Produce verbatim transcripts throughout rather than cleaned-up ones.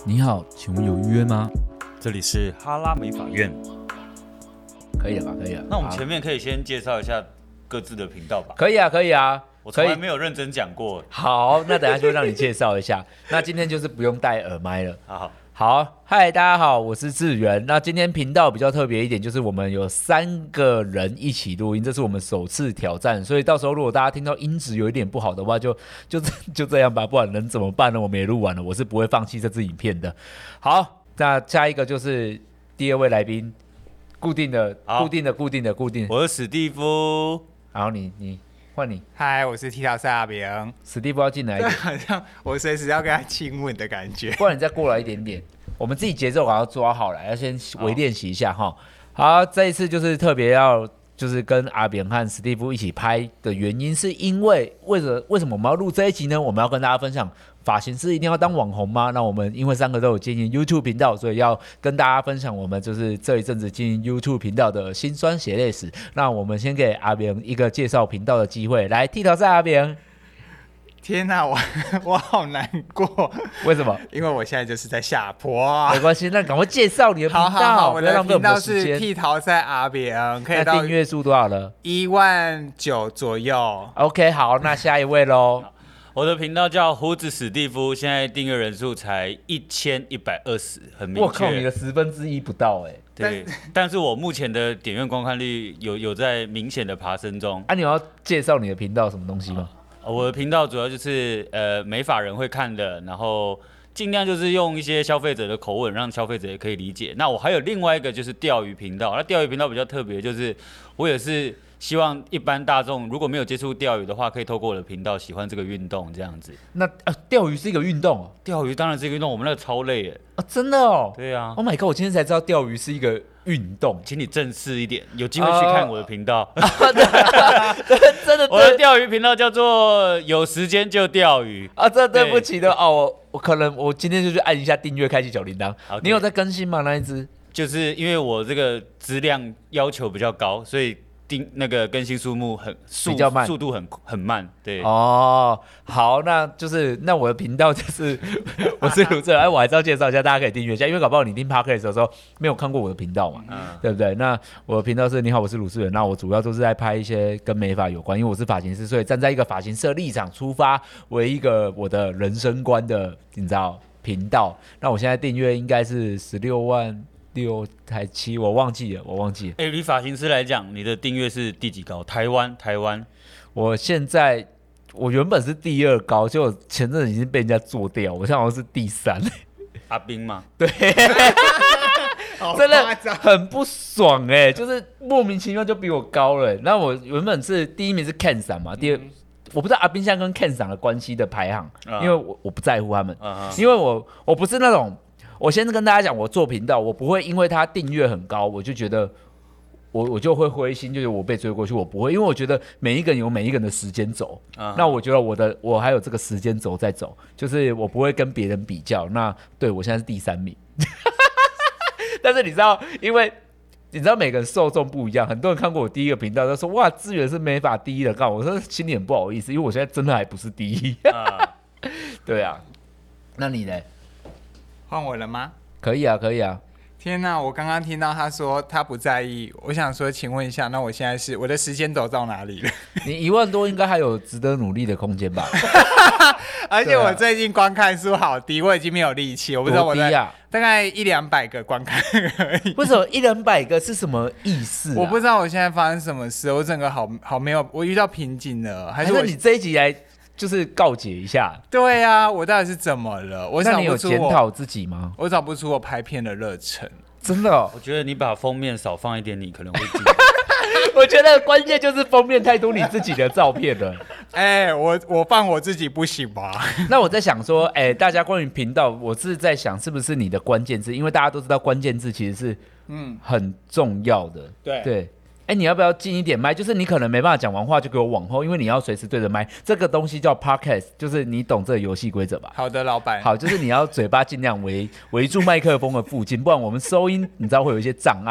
你好，请问有预约吗？ 这里是哈拉美法院， 可以了吧？可以了。 那我们前面可以先介绍一下各自的频道吧？ 可以啊，可以啊。 我从来没有认真讲过。 好，那等一下就让你介绍一下。那今天就是不用戴耳麦了。 好。 好，嗨，大家好，我是志源。那今天频道比较特别一点，就是我们有三个人一起录音，这是我们首次挑战，所以到时候如果大家听到音质有一点不好的话，就就就这样吧，不然能怎么办呢？我们也录完了，我是不会放弃这支影片的。好，那下一个就是第二位来宾，固定的、固定的、固定的、固定的。 我是史蒂夫。 好，你你换你。 嗨，我是剃头赛阿炳。 史蒂夫要进来一点， 好像我随时要跟他亲吻的感觉。 不然你再过来一点点。我们自己节奏感要抓好了，要先微练习一下哈。好，这一次就是特别要就是跟阿扁和史蒂夫一起拍的原因，是因为为什为什么我们要录这一集呢？我们要跟大家分享发型师一定要当网红吗？那我们因为三个都有经营 YouTube 频道，所以要跟大家分享我们就是这一阵子经营 YouTube 频道的辛酸血泪史。那我们先给阿扁一个介绍频道的机会，来剃头赛阿扁。 天哪，我我好难过。 为什么？ 因为我现在就是在下坡。 没关系，那赶快介绍你的频道。 好好好，我的频道是剃头赛阿扁，可以到那订阅数多少了？ 一万九左右。 OK， 好，那下一位喽。 我的频道叫胡子史蒂夫，现在订阅人数才一千一百二十，很明确。 我靠，你的十分之一不到哎、欸。 对，但是我目前的点阅观看率有有在明显的爬升中。 啊，你要介绍你的频道什么东西吗？ 我的频道主要就是呃美法人会看的，然后尽量就是用一些消费者的口吻，让消费者也可以理解。那我还有另外一个就是钓鱼频道，那钓鱼频道比较特别，就是我也是希望一般大众如果没有接触钓鱼的话，可以透过我的频道喜欢这个运动这样子。 那呃钓鱼是一个运动哦？ 钓鱼当然是一个运动，我们那个超累耶。 啊，真的哦？ 对啊。 Oh my god！ 我今天才知道钓鱼是一个运动， 请你正式一点，有机会去看我的频道。 Uh, 真的， 我的钓鱼频道叫做有时间就钓鱼啊！这对不起的哦，我我可能我今天就去按一下订阅，开启小铃铛。 Okay. 你有在更新吗？那一支？ 就是因为我这个质量要求比较高，所以定那个更新数目很速比较慢， 速度很很慢。对哦，好，那就是那我的频道就是我是卢正，哎，我还是要介绍一下，大家可以订阅一下，因为搞不好你听 Podcast 的时候没有看过我的频道嘛，嗯、对不对？那我的频道是你好，我是卢志远，那我主要都是在拍一些跟美发有关，因为我是发型师，所以站在一个发型师的立场出发，为一个我的人生观的你知道频道。那我现在订阅应该是十六万。六台七，我忘记了，我忘记了。 哎、欸，以发型师来讲，你的订阅是第几高？台湾，台湾。 我现在我原本是第二高，结果前阵子已经被人家做掉，我现在好像是第三。 阿兵吗？ 对，真的很不爽哎、欸，就是莫名其妙就比我高了、欸。那我原本是第一名是 Ken 桑嘛，第二、嗯、我不知道阿兵现在跟 Ken 桑的关系的排行，嗯、因为我我不在乎他们，嗯、因为我我不是那种。我先跟大家讲，我做频道，我不会因为他订阅很高，我就觉得我我就会灰心，就是我被追过去，我不会，因为我觉得每一个人有每一个人的时间轴， uh-huh. 那我觉得我的我还有这个时间轴在走，就是我不会跟别人比较。那对我现在是第三名，但是你知道，因为你知道每个人受众不一样，很多人看过我第一个频道，都说哇，资源是美发第一的，干我说心里很不好意思，因为我现在真的还不是第一。uh. 对啊，那你呢？ 换我了吗？ 可以啊，可以啊。 天哪，我刚刚听到他说他不在意，我想说，请问一下，那我现在是我的时间走到哪里了？ 你一万多应该还有值得努力的空间吧？ 而且我最近观看数好低，我已经没有力气，我不知道我在、啊、大概一两百个观看而已。 为什么一两百个是什么意思、啊？ 我不知道我现在发生什么事，我整个好好没有，我遇到瓶颈了，还是我还是你这一集来？就是告解一下。 对啊，我到底是怎么了？我那你有检讨自己吗？ 我找不出我拍片的热忱， 真的、哦。 我觉得你把封面少放一点，你可能会进。 我觉得关键就是封面太多你自己的照片了。 哎、欸，我我放我自己不行吧？ 那我在想说，哎、欸，大家关于频道，我是在想是不是你的关键字，因为大家都知道关键字其实是嗯很重要的。 对对。哎，你要不要近一点麦？就是你可能没办法讲完话就给我往后，因为你要随时对着麦。这个东西叫 podcast， 就是你懂这个游戏规则吧？ 好的，老板。 好，就是你要嘴巴尽量围围住麦克风的附近，不然我们收音你知道会有一些障碍。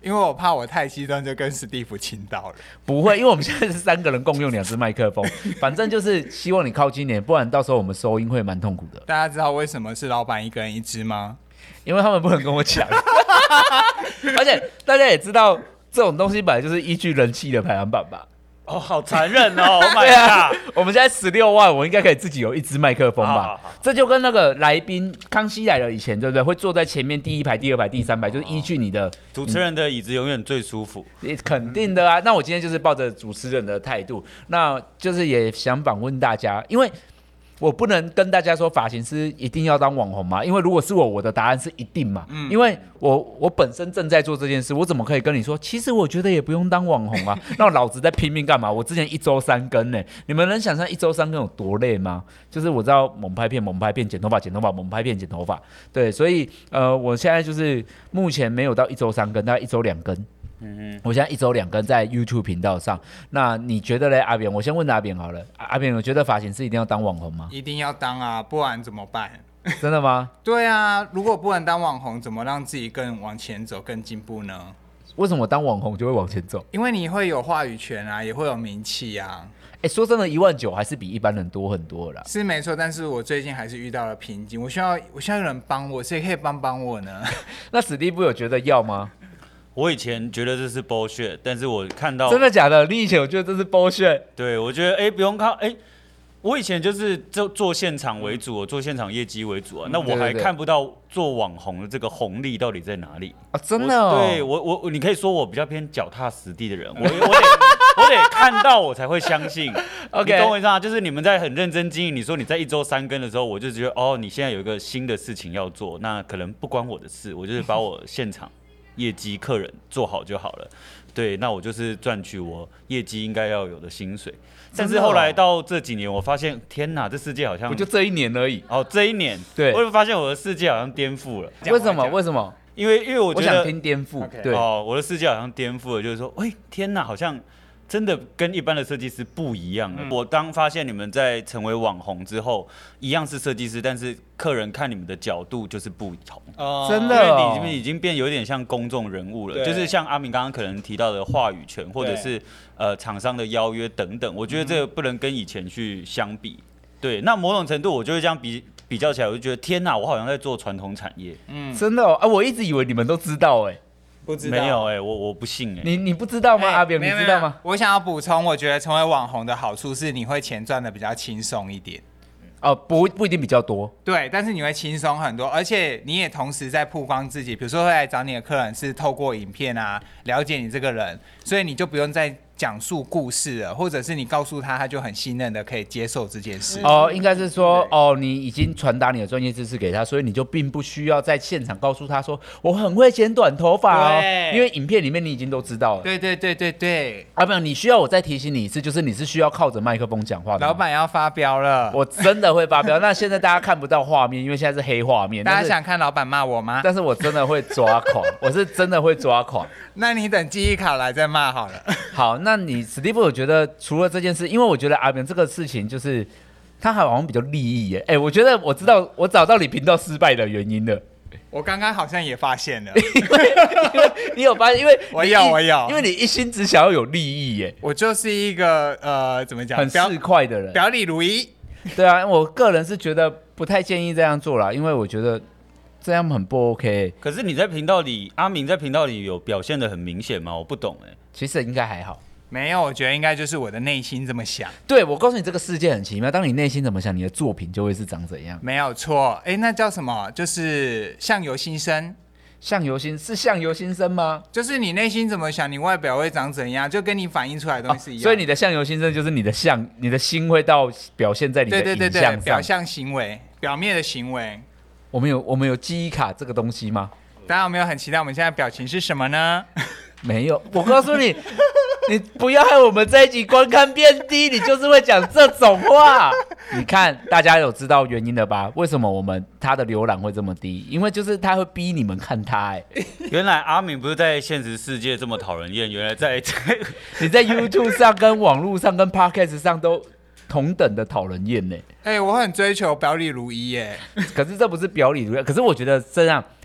因为我怕我太激动就跟史蒂夫亲到了。 不会，因为我们现在是三个人共用两只麦克风，反正就是希望你靠近点，不然到时候我们收音会蛮痛苦的。 大家知道为什么是老板一个人一只吗？ 因为他们不能跟我抢，而且大家也知道这种东西本来就是依据人气的排行榜吧。 哦，好残忍哦 ！Oh my god！ 我们现在十六万，我应该可以自己有一支麦克风吧？好好好，这就跟那个来宾康熙来了以前，对不对？会坐在前面第一排、第二排、第三排，就是依据你的主持人的椅子永远最舒服。 肯定的啊！那我今天就是抱着主持人的态度，那就是也想访问大家，因为我不能跟大家说发型师一定要当网红嘛，因为如果是我，我的答案是一定嘛，嗯、因为我我本身正在做这件事，我怎么可以跟你说？其实我觉得也不用当网红啊，那老子在拼命干嘛？我之前一周三更呢，你们能想象一周三更有多累吗？就是我知道猛拍片、猛拍片、剪头发、剪头发、猛拍片、剪头发，对，所以呃，我现在就是目前没有到一周三更，大概一周两更。嗯，我现在一周两更在 YouTube 频道上。那你觉得嘞，阿扁？我先问阿扁好了。阿扁，我觉得发型师一定要当网红吗？ 一定要当啊，不然怎么办？ 真的吗？ 对啊，如果不能当网红，怎么让自己更往前走、更进步呢？ 为什么当网红就会往前走？ 因为你会有话语权啊，也会有名气啊。 哎，说真的，一万九还是比一般人多很多啦。 是没错，但是我最近还是遇到了瓶颈，我需要我需要有人帮我，谁可以帮帮我呢？ 那史蒂夫有觉得要吗？ 我以前觉得这是 bullshit， 但是我看到真的假的？你以前有觉得这是 bullshit？ 对，我觉得哎、欸、不用靠哎、欸，我以前就是做做现场为主，我做现场业绩为主啊，嗯、那我还看不到做网红的这个红利到底在哪里啊？真的哦？ 对我我你可以说我比较偏脚踏实地的人，我我得我得看到我才会相信。OK， 你懂我意思吗？就是你们在很认真经营，你说你在一周三更的时候，我就觉得哦，你现在有一个新的事情要做，那可能不关我的事，我就是把我现场业绩客人做好就好了，对，那我就是赚取我业绩应该要有的薪水。但是后来到这几年，我发现天哪，这世界好像不就这一年而已。 哦，这一年， 对， 我就发现我的世界好像颠覆了。 为什么？为什么？ 因为因为我觉得我想听颠覆。 Okay. 对哦，我的世界好像颠覆了，就是说，喂，天哪，好像真的跟一般的设计师不一样了。嗯、我当发现你们在成为网红之后，一样是设计师，但是客人看你们的角度就是不同。 哦，真的、哦， 因为你已经变有点像公众人物了，就是像阿明刚刚可能提到的话语权，或者是呃厂商的邀约等等，我觉得这个不能跟以前去相比。对，那某种程度我就会这样比比较起来，我就觉得天哪，我好像在做传统产业。嗯， 真的哦，啊，我一直以为你们都知道哎。 不知道没有哎、欸，我我不信哎、欸。 你你不知道吗？欸、阿扁，你知道吗？ 我想要补充，我觉得成为网红的好处是你会钱赚的比较轻松一点。 哦，不不一定比较多， 对，但是你会轻松很多，而且你也同时在曝光自己。比如说会来找你的客人是透过影片啊了解你这个人，所以你就不用再讲述故事了，或者是你告诉他，他就很信任的可以接受这件事。 哦，应该是说，哦，你已经传达你的专业知识给他，所以你就并不需要在现场告诉他说我很会剪短头发哦，因为影片里面你已经都知道了。 对对对对对。 啊，不，你需要我再提醒你一次，就是你是需要靠着麦克风讲话的。 老板要发飙了， 我真的会发飙。那现在大家看不到画面，因为现在是黑画面。 大家想看老板骂我吗？ 但是我真的会抓狂，我是真的会抓狂。 那你等记忆卡来再骂好了。 好，那你史蒂夫，我觉得除了这件事，因为我觉得阿扁这个事情就是他好像比较利益耶。哎、欸，我觉得我知道，我找到你频道失败的原因了。 我刚刚好像也发现了， 因为因为你有发现，因为我有我有， 因为你一心只想要有利益耶。 我就是一个呃，怎么讲， 很市侩的人， 表里如一。 对啊，我个人是觉得不太建议这样做啦，因为我觉得这样很不 OK。 可是你在频道里，阿明在频道里有表现得很明显吗？我不懂哎、欸。 其实应该还好。 没有，我觉得应该就是我的内心这么想。 对，我告诉你，这个世界很奇妙，当你内心怎么想，你的作品就会是长怎样。 没有错，哎，那叫什么？就是相由心生。 相由心是相由心生吗？ 就是你内心怎么想，你外表会长怎样，就跟你反映出来的东西是一样、哦。 所以你的相由心生就是你的相，你的心会到表现在你的影像上。对对对对， 表象行为，表面的行为。 我们有我们有记忆卡这个东西吗？ 大家有没有很期待我们现在表情是什么呢？ 没有，我告诉你，你不要害我们这一集观看变低，你就是会讲这种话。你看，大家有知道原因了吧？为什么我们他的浏览会这么低？因为就是他会逼你们看他、欸。哎， 原来阿敏不是在现实世界这么讨人厌，原来在在你在 YouTube 上、跟网络上、跟 Podcast 上都同等的讨人厌呢。 哎、欸，我很追求表里如一耶。 可是这不是表里如一，可是我觉得这样。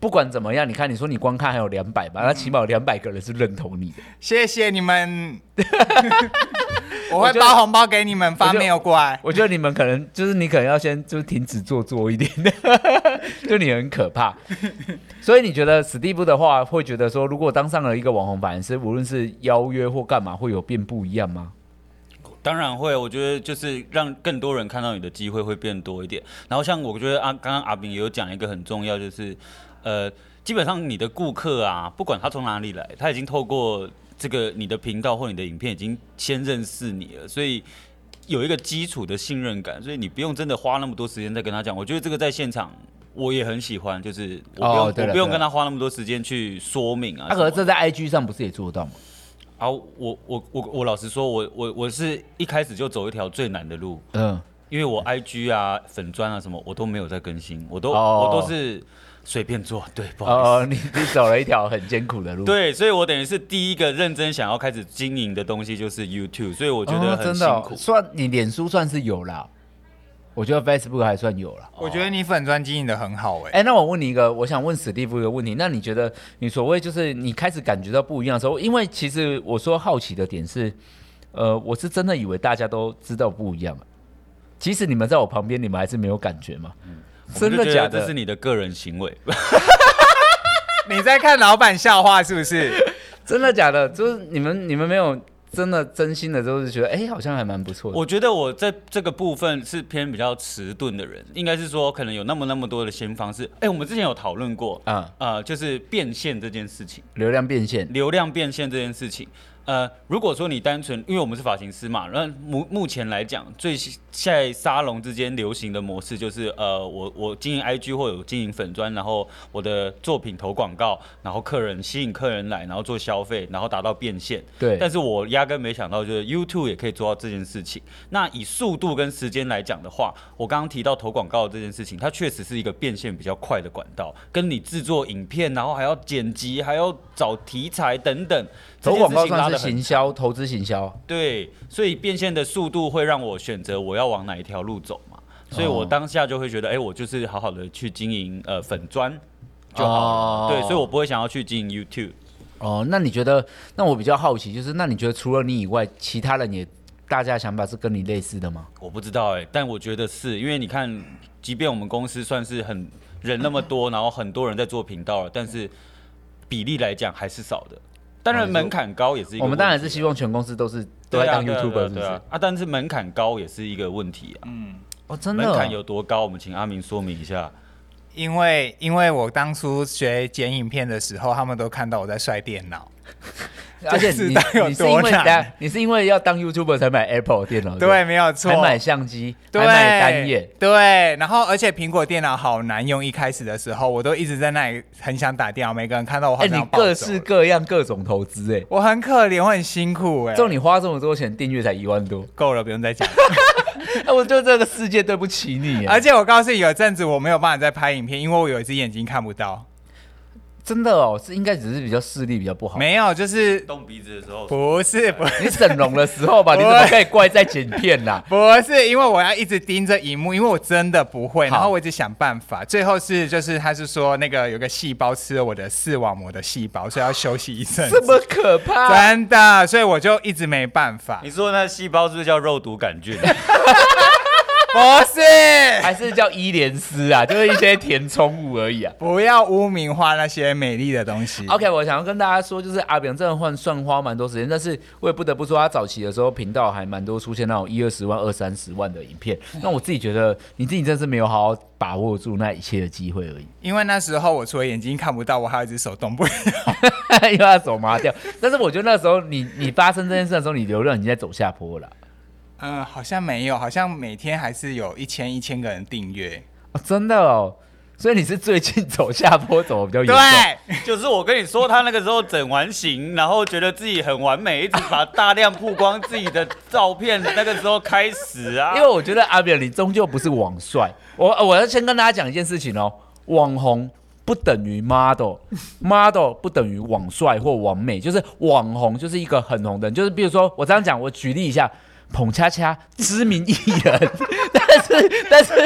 不管怎么样，你看你说你光看还有两百吧，那起码有两百个人是认同你的。 谢谢你们，我会包红包给你们，发没有过来。 我觉得你们可能就是你可能要先就是停止做作一点，就你很可怕。所以你觉得史蒂夫的话，会觉得说，如果当上了一个网红反而是无论是邀约或干嘛，会有变不一样吗？ 当然会，我觉得就是让更多人看到你的机会会变多一点。然后像我觉得啊，刚刚阿炳也有讲一个很重要，就是呃，基本上你的顾客啊，不管他从哪里来，他已经透过这个你的频道或你的影片已经先认识你了，所以有一个基础的信任感，所以你不用真的花那么多时间再跟他讲。我觉得这个在现场我也很喜欢，就是我不用、哦、我不用跟他花那么多时间去说明啊。 啊，可是这在 I G 上不是也做得到吗？ 啊，我我我我老实说，我我我是一开始就走一条最难的路，嗯，因为我 I G 啊、粉专啊什么我都没有在更新，我都、哦、我都是随便做，对，不好意思， 哦，你你走了一条很艰苦的路， 对，所以我等于是第一个认真想要开始经营的东西就是 YouTube， 所以我觉得很辛苦。哦、真的、哦， 算你脸书算是有啦。我觉得 Facebook 还算有了， 我觉得你粉专经营的很好哎、欸。 哎、欸，那我问你一个，我想问史蒂夫一个问题，那你觉得你所谓就是你开始感觉到不一样的时候，因为其实我说好奇的点是，呃，我是真的以为大家都知道不一样，即使你们在我旁边，你们还是没有感觉吗？嗯、真的假的？ 这是你的个人行为。 你在看老板笑话是不是？ 真的假的？就是你们你们没有。真的真心的都是觉得，哎、欸，好像还蛮不错的。 我觉得我在这个部分是偏比较迟钝的人，应该是说可能有那么那么多的新方式。哎、欸，我们之前有讨论过，啊、嗯，呃，就是变现这件事情， 流量变现， 流量变现这件事情。呃，如果说你单纯，因为我们是发型师嘛，那目目前来讲，最在沙龙之间流行的模式就是，呃，我我经营 I G 或有经营粉专，然后我的作品投广告，然后客人吸引客人来，然后做消费，然后达到变现。 对。 但是我压根没想到，就是 YouTube 也可以做到这件事情。那以速度跟时间来讲的话，我刚刚提到投广告这件事情，它确实是一个变现比较快的管道，跟你制作影片，然后还要剪辑，还要找题材等等。 投广告算是行销，投资行销。 对，所以变现的速度会让我选择我要往哪一条路走嘛。所以我当下就会觉得，哎、欸，我就是好好的去经营呃粉专就好了。哦、对，所以我不会想要去经营 YouTube。 哦，那你觉得？那我比较好奇，就是那你觉得除了你以外，其他人也大家想法是跟你类似的吗？ 我不知道哎、欸，但我觉得是因为你看，即便我们公司算是很人那么多，然后很多人在做频道了，但是比例来讲还是少的。当然门槛高也是一个问题、啊。 我们当然是希望全公司都是都在当 YouTuber， 是不是？ 对啊，啊，但是门槛高也是一个问题啊。 嗯，哦，真的、哦。 门槛有多高？我们请阿明说明一下。 因为因为我当初学剪影片的时候，他们都看到我在摔电脑。 而且你你是因为你是因为要当 YouTuber 才买 Apple 电脑， 对，没有错， 还买相机，还买单眼， 对，然后而且苹果电脑好难用，一开始的时候我都一直在那里很想打电脑，每个人看到我好像要暴走了。 欸、你各式各样各种投资，哎， 我很可怜，我很辛苦，哎， 就你花这么多钱，订阅才一万多， 够了，不用再讲。 我觉得这个世界对不起你， 而且我告诉你，有阵子我没有办法再拍影片，因为我有一只眼睛看不到。 真的哦，是应该只是比较视力比较不好。 没有，就是动鼻子的时候。 不是，不是你整容的时候吧？你怎么可以怪在剪片啦？ 不是，因为我要一直盯着荧幕，因为我真的不会，然后我一直想办法。最后是就是他是说那个有个细胞吃了我的视网膜的细胞，所以要休息一阵子。 这么可怕？ 真的，所以我就一直没办法。 你说那细胞是不是叫肉毒杆菌？ 不是， 还是叫伊莲丝啊，就是一些填充物而已啊。 不要污名化那些美丽的东西。 OK， 我想要跟大家说，就是阿炳真的换算花蛮多时间，但是我也不得不说，他早期的时候频道还蛮多出现那种一二十万、二三十万的影片。那我自己觉得，你自己真是没有好好把握住那一切的机会而已。 因为那时候我除了眼睛看不到，我还有一只手动不了， 因为他手麻掉。但是我觉得那时候你你发生这件事的时候，你流量已经在走下坡了。 嗯，好像没有，好像每天还是有一千一千个人订阅、 哦，真的哦。所以你是最近走下坡走的比较严重。 对， 就是我跟你说，他那个时候整完型，然后觉得自己很完美，一直把大量曝光自己的照片，那个时候开始啊。 因为我觉得阿炳你终究不是网帅，我我要先跟大家讲一件事情哦，网红不等于 model，model 不等于网帅或网美，就是网红就是一个很红的人，就是比如说我这样讲，我举例一下。彭恰恰知名艺人，但是但是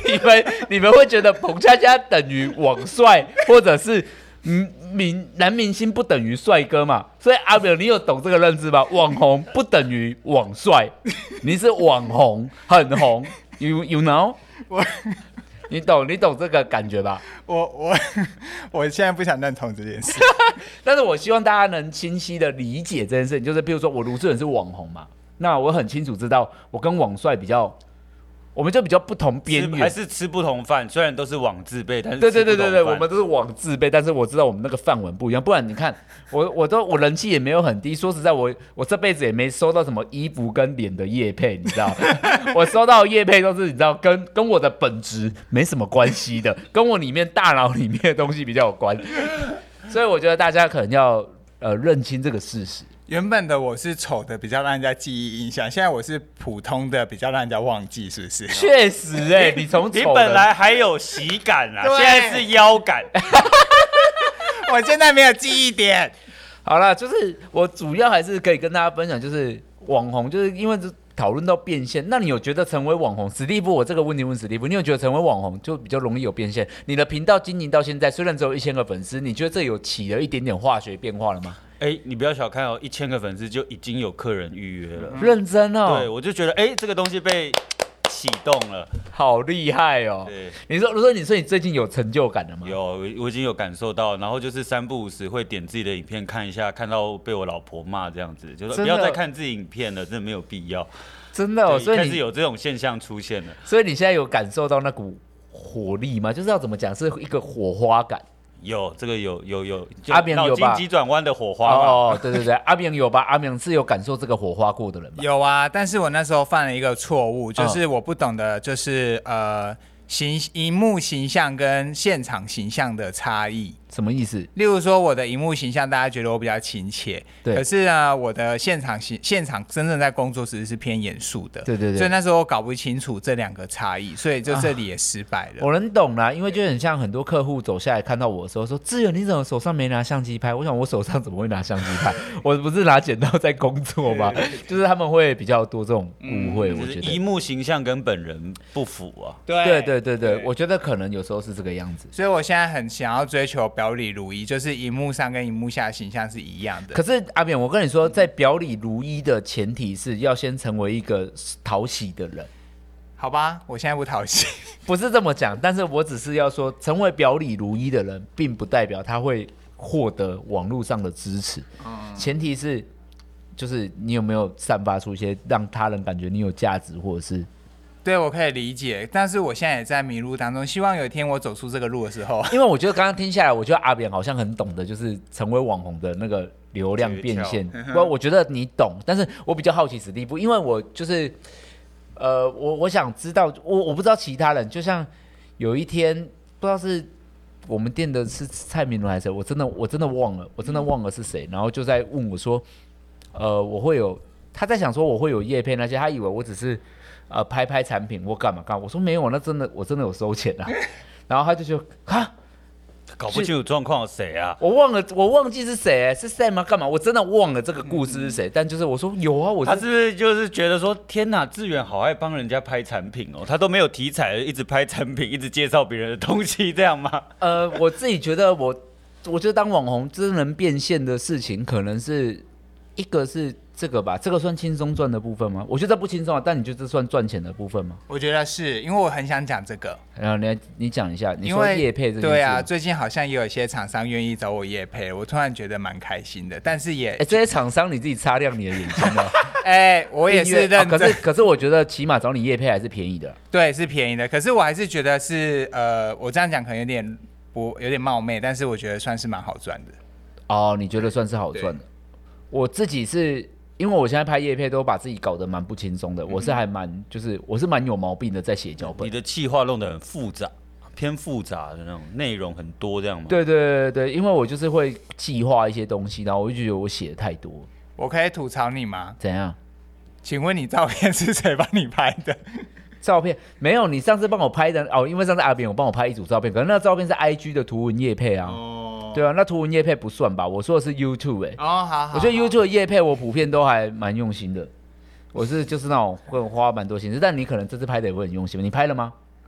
你们你们会觉得彭佳佳等于网帅，或者是嗯明男明星不等于帅哥嘛？所以阿表，你有懂这个认知吗？网红不等于网帅，你是网红，很红 ，you you know？ 我你懂你懂这个感觉吧？ 我我我现在不想认同这件事， 但是我希望大家能清晰的理解这件事情，就是比如说我卢志远是网红嘛，那我很清楚知道我跟网帅比较。我们就比较不同边缘， 还是吃不同饭，虽然都是网字辈，但是对对对对对，我们都是网字辈，但是我知道我们那个饭碗不一样。不然你看，我我都我人气也没有很低，说实在我，我我这辈子也没收到什么衣服跟脸的业配，你知道？我收到的业配都是你知道跟跟我的本质没什么关系的，跟我里面大脑里面的东西比较有关。所以我觉得大家可能要呃认清这个事实。 原本的我是丑的，比较让人家记忆印象；现在我是普通的，比较让人家忘记，是不是？ 确实哎、欸，你从你本来还有喜感啊，现在是腰感。 我现在没有记忆点。 好了，就是我主要还是可以跟大家分享，就是网红，就是因为讨论到变现，那你有觉得成为网红？史蒂夫，我这个问题问史蒂夫，你有觉得成为网红就比较容易有变现？你的频道经营到现在，虽然只有一千个粉丝，你觉得这有起了一点点化学变化了吗？ 哎、欸，你不要小看哦，一千个粉丝就已经有客人预约了， 认真哦。 对，我就觉得，哎、欸，这个东西被启动了， 好厉害哦。对，你说，如果你说你最近有成就感了吗？ 有，我已经有感受到，然后就是三不五时会点自己的影片看一下，看到被我老婆骂这样子，就是不要再看自己影片了，真的没有必要。 真的哦，所以开始有这种现象出现了。 所以你现在有感受到那股火力吗？就是要怎么讲，是一个火花感。 有这个有有有， 阿扁有吧？ 脑筋急转弯的火花哦，对对对，阿扁有吧？阿扁是有感受这个火花过的人吧？ 有啊，但是我那时候犯了一个错误，就是我不懂得，就是呃，形荧幕形象跟现场形象的差异。 什么意思？ 例如说，我的荧幕形象大家觉得我比较亲切， 对。 可是呢，我的现场形现场真正在工作时是偏严肃的， 对对对。 所以那时候我搞不清楚这两个差异，所以就这里也失败了。 啊、我能懂啦，因为就很像很多客户走下来看到我的时候说：“志远，你怎么手上没拿相机拍？”我想我手上怎么会拿相机拍？我不是拿剪刀在工作吗？就是他们会比较多这种误会，嗯、我觉得。 荧幕形象跟本人不符啊。 对对对对对，我觉得可能有时候是这个样子。 所以我现在很想要追求表里如一，就是荧幕上跟荧幕下的形象是一样的。 可是阿扁，我跟你说，在表里如一的前提是要先成为一个讨喜的人。 好吧，我现在不讨喜， 不是这么讲，但是我只是要说，成为表里如一的人，并不代表他会获得网络上的支持。嗯、前提是，就是你有没有散发出一些让他人感觉你有价值，或者是。 对，我可以理解，但是我现在也在迷路当中。希望有一天我走出这个路的时候， 因为我觉得刚刚听下来，我觉得阿扁好像很懂得，就是成为网红的那个流量变现。我我觉得你懂，但是我比较好奇史蒂夫，因为我就是，呃，我我想知道，我我不知道其他人，就像有一天不知道是我们店的是蔡明伦还是谁，我真的我真的忘了，我真的忘了是谁，然后就在问我说，呃，我会有他在想说我会有业配那些，他以为我只是。呃，拍拍产品或干嘛干嘛，我说没有，那真的我真的有收钱啊。然后他就说哈， 搞不清楚状况谁啊？ 我忘了，我忘记是谁、欸，是 Sam 吗？干嘛？我真的忘了这个故事是谁。嗯、但就是我说有啊，我他是不是就是觉得说天哪，志远好爱帮人家拍产品哦，他都没有题材，一直拍产品，一直介绍别人的东西，这样吗？ 呃，我自己觉得我，我觉得当网红真能变现的事情，可能是一个是。这个吧，这个算轻松赚的部分吗？我觉得不轻松啊，但你觉得这算赚钱的部分吗？ 我觉得是，因为我很想讲这个。 然后你你讲一下，你说业配这件事。 对啊，最近好像也有一些厂商愿意找我业配，我突然觉得蛮开心的。但是也， 哎，这些厂商你自己擦亮你的眼睛了。 哎，我也是认真、 哦。可是可是我觉得起码找你业配还是便宜的。 对，是便宜的。可是我还是觉得是呃，我这样讲可能有点不有点冒昧，但是我觉得算是蛮好赚的。 哦，你觉得算是好赚的？我自己是。因为我现在拍业配都把自己搞得蛮不轻松的，我是还蛮就是我是蛮有毛病的在写脚本。 你的企划弄得很复杂，偏复杂的那种内容很多，这样吗？ 对对对对，因为我就是会计划一些东西，然后我就觉得我写的太多。 我可以吐槽你吗？ 怎样？ 请问你照片是谁帮你拍的？ 照片没有，你上次帮我拍的哦，因为上次阿扁有帮我拍一组照片，可是那个照片是 I G 的图文业配啊。哦对啊，那图文业配不算吧？我说的是 YouTube 哎、欸。 哦，好好。 我觉得 YouTube 的业配我普遍都还蛮用心的。我是就是那种会花蛮多心思，但你可能这次拍的也会很用心。你拍了吗？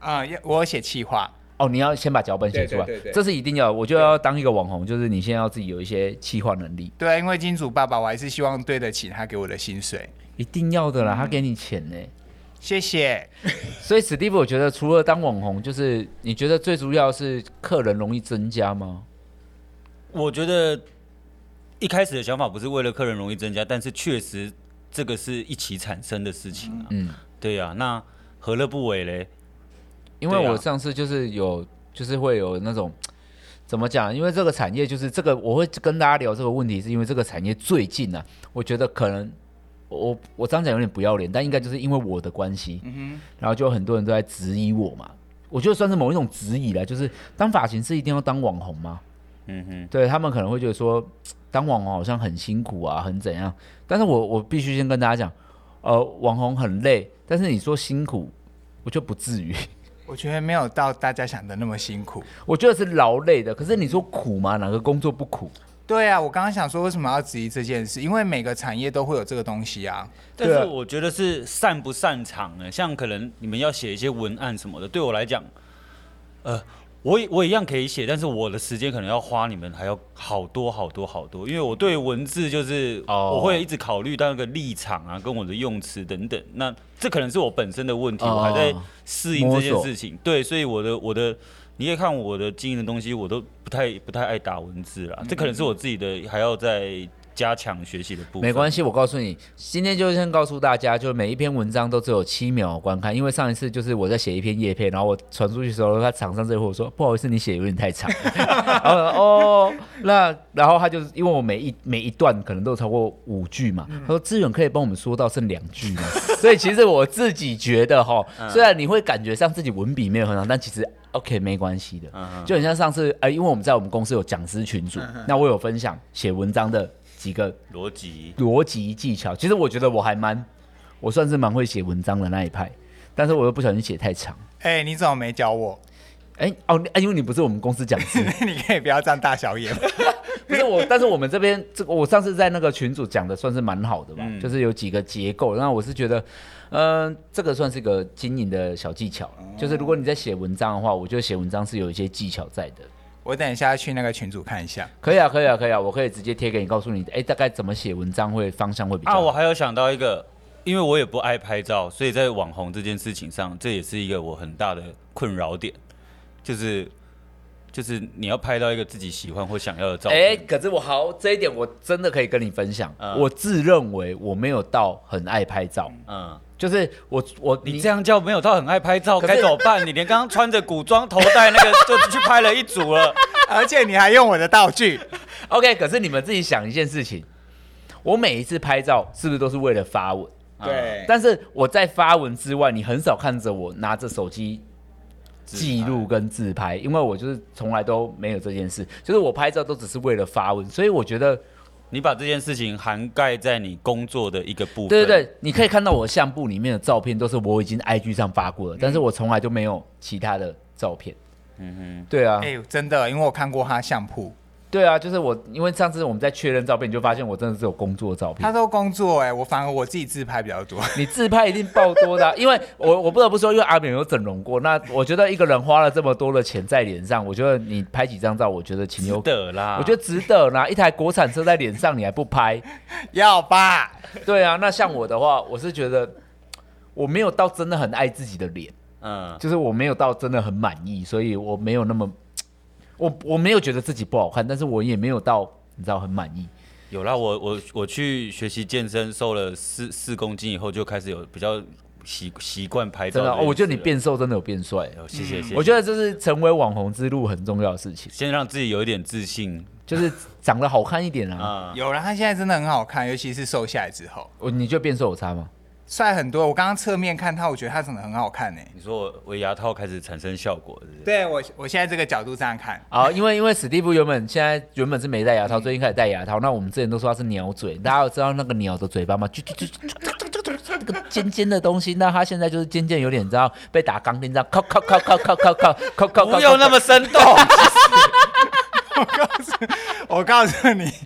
啊、嗯，我有写企划。 哦，你要先把脚本写出来， 对对对对， 这是一定要。我就要当一个网红，就是你现在要自己有一些企划能力。 对啊，因为金主爸爸，我还是希望对得起他给我的薪水。 一定要的啦，他给你钱呢。 谢谢。 所以史蒂夫，我觉得除了当网红，就是你觉得最主要是客人容易增加吗？ 我觉得一开始的想法不是为了客人容易增加，但是确实这个是一起产生的事情啊。嗯，对啊，那何乐不为嘞？ 因为我上次就是有，就是会有那种怎么讲？因为这个产业就是这个，我会跟大家聊这个问题，是因为这个产业最近啊，我觉得可能我我这样讲有点不要脸，但应该就是因为我的关系，嗯、然后就有很多人都在质疑我嘛。我觉得算是某一种质疑啦，就是当发型师一定要当网红吗？嗯哼，对他们可能会觉得说，当网红好像很辛苦啊，很怎样。但是我我必须先跟大家讲，呃，网红很累，但是你说辛苦，我就不至于。 我觉得没有到大家想的那么辛苦， 我觉得是劳累的。可是你说苦吗？哪个工作不苦？ 对啊，我刚刚想说为什么要质疑这件事，因为每个产业都会有这个东西啊。 但是我觉得是擅不擅长呢？像可能你们要写一些文案什么的，对我来讲，呃。我我一样可以写，但是我的时间可能要花你们还要好多好多好多，因为我对文字就是我会一直考虑到那个立场啊，跟我的用词等等。那这可能是我本身的问题，我还在适应这件事情。对，所以我的我的你可以看我的经营的东西，我都不太不太爱打文字啦。这可能是我自己的还要在加强学习的部分。 没关系，我告诉你，今天就先告诉大家，就每一篇文章都只有七秒观看，因为上一次就是我在写一篇业配，然后我传出去的时候，他厂商这会我说不好意思，你写有点太长。然后哦，那然后他就因为我每一每一段可能都超过五句嘛，他说志远可以帮我们说到剩两句吗？所以其实我自己觉得哈，虽然你会感觉上自己文笔没有很好，但其实 OK 没关系的，就很像上次呃，因为我们在我们公司有讲师群组，那我有分享写文章的。几个逻辑逻辑技巧，其实我觉得我还蛮，我算是蛮会写文章的那一派，但是我又不小心写太长。 哎、欸，你怎么没教我？ 哎、欸、哦，因为你不是我们公司讲师， 你可以不要这样大小眼。 不是我，但是我们这边这个我上次在那个群组讲的算是蛮好的吧，嗯、就是有几个结构，那我是觉得，嗯、呃，这个算是个经营的小技巧，嗯、就是如果你在写文章的话，我觉得写文章是有一些技巧在的。 我等一下去那个群组看一下。 可以啊，可以啊，可以啊，我可以直接贴给你，告诉你，哎，大概怎么写文章会方向会比较好。 啊，我还有想到一个，因为我也不爱拍照，所以在网红这件事情上，这也是一个我很大的困扰点，就是就是你要拍到一个自己喜欢或想要的照片。 哎，可是我好这一点我真的可以跟你分享，嗯、我自认为我没有到很爱拍照，嗯。就是我我你这样叫没有到很爱拍照，该怎么办？你连刚刚穿着古装头戴那个就去拍了一组了， 而且你还用我的道具。 OK， 可是你们自己想一件事情，我每一次拍照是不是都是为了发文？ 对。 但是我在发文之外，你很少看着我拿着手机记录跟自拍，因为我就是从来都没有这件事，就是我拍照都只是为了发文，所以我觉得。 你把这件事情涵盖在你工作的一个部分。 对对对，你可以看到我相簿里面的照片都是我已经 I G 上发过了，嗯、但是我从来都没有其他的照片。嗯哼，对啊， 哎、欸，真的，因为我看过他相簿。 对啊，就是我，因为上次我们在确认照片，你就发现我真的是有工作照片。 他都工作哎、欸，我反而我自己自拍比较多。 你自拍一定爆多的、啊，因为我我不得不说，因为阿扁有整容过，那我觉得一个人花了这么多的钱在脸上，我觉得你拍几张照，我觉得情有值得啦。 我觉得值得啦，一台国产车在脸上你还不拍， 要吧？ 对啊，那像我的话，我是觉得我没有到真的很爱自己的脸，嗯，就是我没有到真的很满意，所以我没有那么。我我没有觉得自己不好看，但是我也没有到你知道很满意。 有啦，我我我去学习健身，瘦了四四公斤以后，就开始有比较习习惯拍照。 真的、哦，我觉得你变瘦真的有变帅、 哦。谢谢谢谢。 我觉得这是成为网红之路很重要的事情。 先让自己有一点自信， 就是长得好看一点啊。 嗯、有了，他现在真的很好看，尤其是瘦下来之后。 我你觉得变瘦有差吗？ 帅很多，我刚刚侧面看他，我觉得他长得很好看呢。 你说我牙套开始产生效果是不是？ 对我，我现在这个角度这样看啊，因为因为史蒂夫原本现在原本是没戴牙套，最近开始戴牙套。那我们之前都说他是鸟嘴，大家有知道那个鸟的嘴巴吗？就就就这个尖尖的东西，那他现在就是尖尖有点，你知道被打钢钉这样，靠靠靠靠靠靠靠靠靠， 不用那么生动。 我告诉，我告诉你，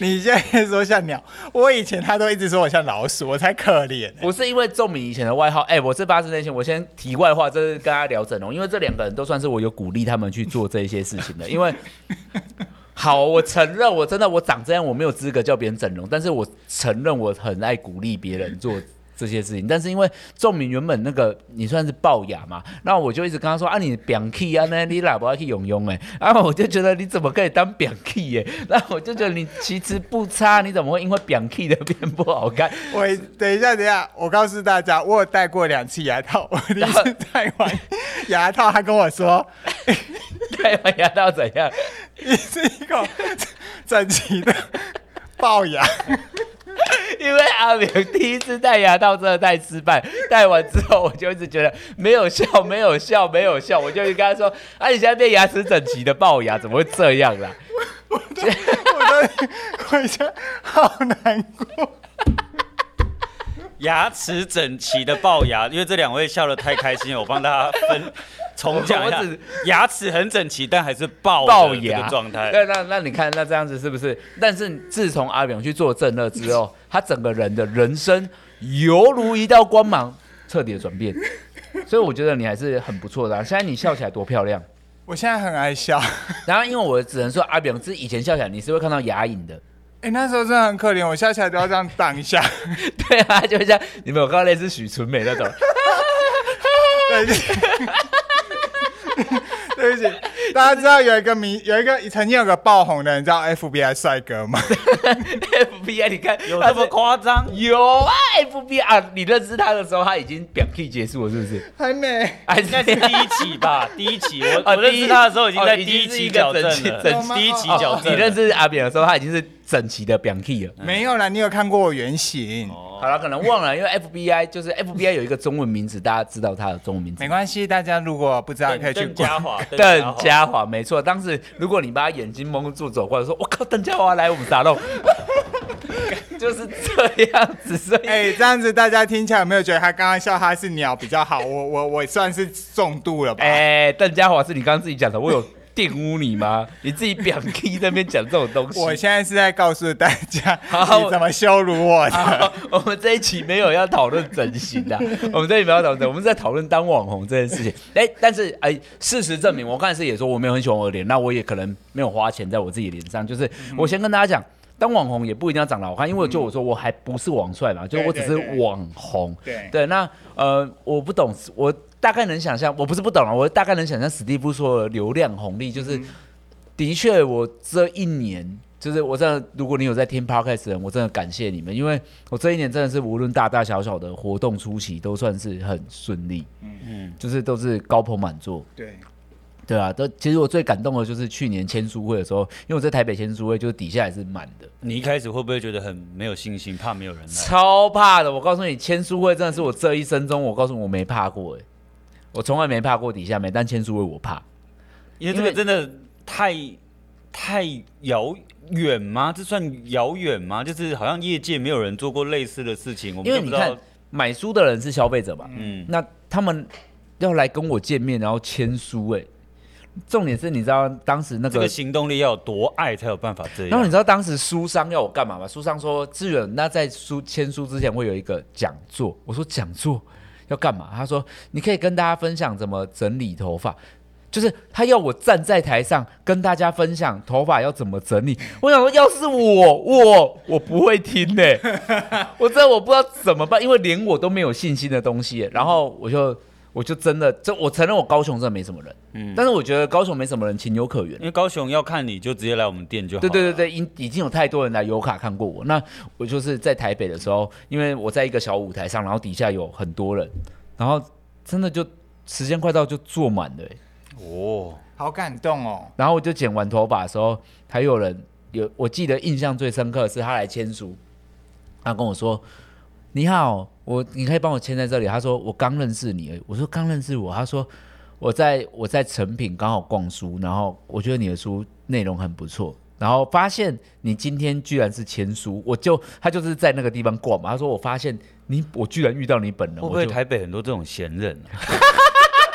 你现在说像鸟，我以前他都一直说我像老鼠，我才可怜、欸。 不是因为仲明以前的外号，哎、欸，我是八字内线。我先题外话，这是跟他聊整容，因为这两个人都算是我有鼓励他们去做这些事情的。因为好，我承认我真的我长这样，我没有资格叫别人整容，但是我承认我很爱鼓励别人做这些事情。但是因为仲明原本那个你算是龅牙嘛，那我就一直跟他说啊，你扁 key 啊，那你哪不要去用用哎，然后我就觉得你怎么可以当扁 key 耶？然后我就觉得你其实不差，你怎么会因为扁 key 的变不好看？ 我等一下，等一下，我告诉大家，我有戴过两次牙套，我第一次戴完牙套，他跟我说， 戴完牙套怎样？ 你是一个整齐的龅牙。 因为阿明第一次戴牙套真的太失败，戴完之后我就一直觉得没有效，没有效，没有效，我就跟他说：“啊，你现在变牙齿整齐的龅牙，怎么会这样啦？” 我都，我都回家好难过。 牙齿整齐的龅牙，因为这两位笑得太开心了，我帮大家分重讲一下，牙齿很整齐，但还是龅牙的状态。 对，那那你看，那这样子是不是？但是自从阿炳去做正乐之后，他整个人的人生犹如一道光芒，彻底的转变。所以我觉得你还是很不错的、啊。现在你笑起来多漂亮！ 我现在很爱笑。 然后因为我只能说，阿炳是以前笑起来你是会看到牙龈的。 哎、欸，那时候真的很可怜，我笑起来都要这样挡一下。 对啊，就像你们有看到类似许纯美那种。 对不起，对不起，大家知道有一个名，有一个曾经有个爆红的人叫 F B I 帅哥吗 ？F B I 你看有这么夸张？ 有啊 ，F B I 啊，你认识他的时候他已经表 K 结束了，是不是？ 还没， 应该是第一期吧？第一期我、哦、我认识他的时候已经在第一期矫正了， 哦、 第一期矫正、 哦。你认识阿扁的时候他已经是整齐的表 K 了。 没有啦，你有看过我原型？ 哦好了，可能忘了，因为 F B I 就是 F B I 有一个中文名字，大家知道它的中文名字。 没关系，大家如果不知道可以去。 邓家华， 邓家华，没错。当时如果你把他眼睛蒙住走过来说：“我靠，邓家华来我们沙龙。”就是这样子。所以， 哎、欸，这样子大家听起来有没有觉得他刚刚笑他是鸟比较好？我我我算是重度了吧？ 哎、欸，邓家华是你刚刚自己讲的，我有。玷污你吗？你自己表 K 在那边讲这种东西。 我现在是在告诉大家你怎么羞辱我的。 我们这一期没有要讨论整形的，我们这一期没有讨论，我们是在讨论当网红这件事情。哎、欸，但是哎、欸，事实证明，我刚才是也说我没有很喜欢我的脸，那我也可能没有花钱在我自己的脸上。就是我先跟大家讲。当网红也不一定要长得好看，因为就我说我还不是网帅嘛，就是我只是网红。 对 对, 对，那呃，我不懂，我大概能想象，我不是不懂了，我大概能想象史蒂夫说的流量红利，就是、嗯、的确我这一年，就是我真的，如果你有在听 podcast 的人，我真的感谢你们，因为我这一年真的是无论大大小小的活动初期都算是很顺利，嗯嗯，就是都是高朋满座。 对。 对啊，都其实我最感动的就是去年签书会的时候，因为我在台北签书会，就是底下也是满的。 你一开始会不会觉得很没有信心，怕没有人来？ 超怕的！我告诉你，签书会真的是我这一生中，我告诉你我没怕过哎，我从来没怕过底下没，但签书会我怕， 因为这个真的太太遥远吗？这算遥远吗？就是好像业界没有人做过类似的事情，我们因为你看买书的人是消费者嘛，嗯，那他们要来跟我见面，然后签书哎。重点是，你知道当时那个这个行动力要有多爱才有办法这样。 然后你知道当时书商要我干嘛吗？书商说志远，那在书签书之前会有一个讲座。我说讲座要干嘛？他说你可以跟大家分享怎么整理头发，就是他要我站在台上跟大家分享头发要怎么整理。我想说，要是我我我不会听呢、欸，我真的我不知道怎么办，因为连我都没有信心的东西、欸。然后我就。我就真的，这我承认我高雄真的没什么人，嗯，但是我觉得高雄没什么人情有可原， 因为高雄要看你就直接来我们店就好了。 对对对对，已已经有太多人来油卡看过我。那我就是在台北的时候，因为我在一个小舞台上，然后底下有很多人，然后真的就时间快到就坐满了、欸， 哦，好感动哦。 然后我就剪完头发的时候，还有人有，我记得印象最深刻的是他来签书，他跟我说。你好，我你可以帮我签在这里。他说我刚认识你而已。我说刚认识我。他说我在我在诚品刚好逛书，然后我觉得你的书内容很不错，然后发现你今天居然是签书，我就他就是在那个地方逛嘛。他说我发现你，我居然遇到你本人。 会不会台北很多这种闲人、啊？